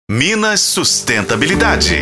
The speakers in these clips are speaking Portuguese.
Minas Sustentabilidade.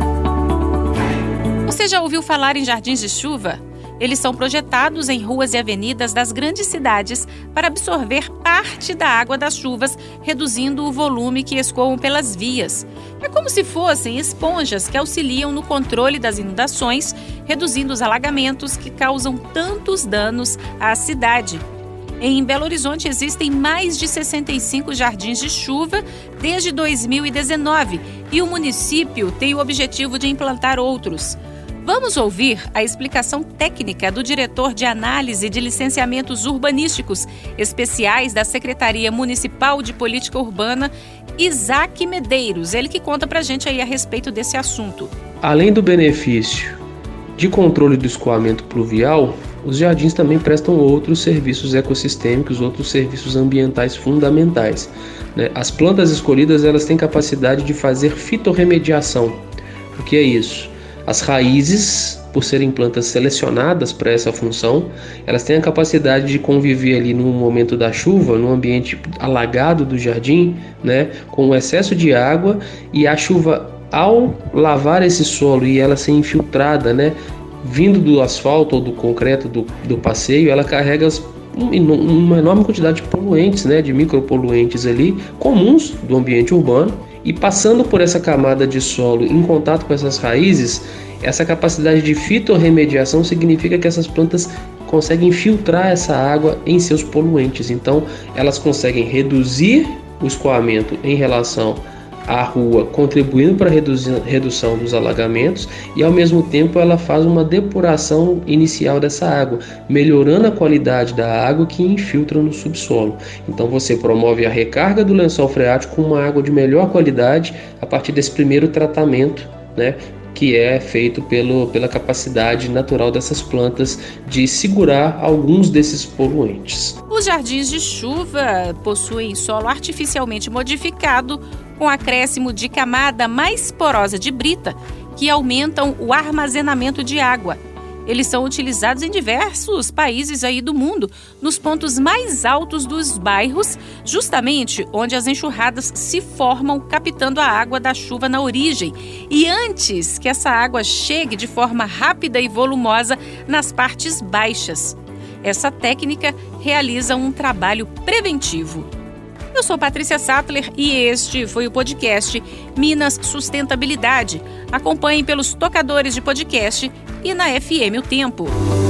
Você já ouviu falar em jardins de chuva? Eles são projetados em ruas e avenidas das grandes cidades para absorver parte da água das chuvas, reduzindo o volume que escoam pelas vias. É como se fossem esponjas que auxiliam no controle das inundações, reduzindo os alagamentos que causam tantos danos à cidade. Em Belo Horizonte existem mais de 65 jardins de chuva desde 2019 e o município tem o objetivo de implantar outros. Vamos ouvir a explicação técnica do diretor de análise de licenciamentos urbanísticos especiais da Secretaria Municipal de Política Urbana, Isaac Medeiros, ele que conta pra gente aí a respeito desse assunto. Além do benefício de controle do escoamento pluvial, os jardins também prestam outros serviços ecossistêmicos, outros serviços ambientais fundamentais. As plantas escolhidas elas têm capacidade de fazer fitorremediação. O que é isso? As raízes, por serem plantas selecionadas para essa função, elas têm a capacidade de conviver ali no momento da chuva, no ambiente alagado do jardim, com o excesso de água, e a chuva, ao lavar esse solo e ela ser infiltrada, vindo do asfalto ou do concreto do passeio, ela carrega uma enorme quantidade de poluentes, de micropoluentes ali, comuns do ambiente urbano, e passando por essa camada de solo em contato com essas raízes, essa capacidade de fitorremediação significa que essas plantas conseguem filtrar essa água em seus poluentes. Então, elas conseguem reduzir o escoamento em relação à rua, contribuindo para a redução dos alagamentos, e ao mesmo tempo ela faz uma depuração inicial dessa água, melhorando a qualidade da água que infiltra no subsolo. Então você promove a recarga do lençol freático com uma água de melhor qualidade a partir desse primeiro tratamento, que é feito pela capacidade natural dessas plantas de segurar alguns desses poluentes. Os jardins de chuva possuem solo artificialmente modificado com acréscimo de camada mais porosa de brita, que aumentam o armazenamento de água. Eles são utilizados em diversos países aí do mundo, nos pontos mais altos dos bairros, justamente onde as enxurradas se formam, captando a água da chuva na origem, e antes que essa água chegue de forma rápida e volumosa nas partes baixas. Essa técnica realiza um trabalho preventivo. Eu sou Patrícia Sattler e este foi o podcast Minas Sustentabilidade. Acompanhe pelos tocadores de podcast e na FM O Tempo.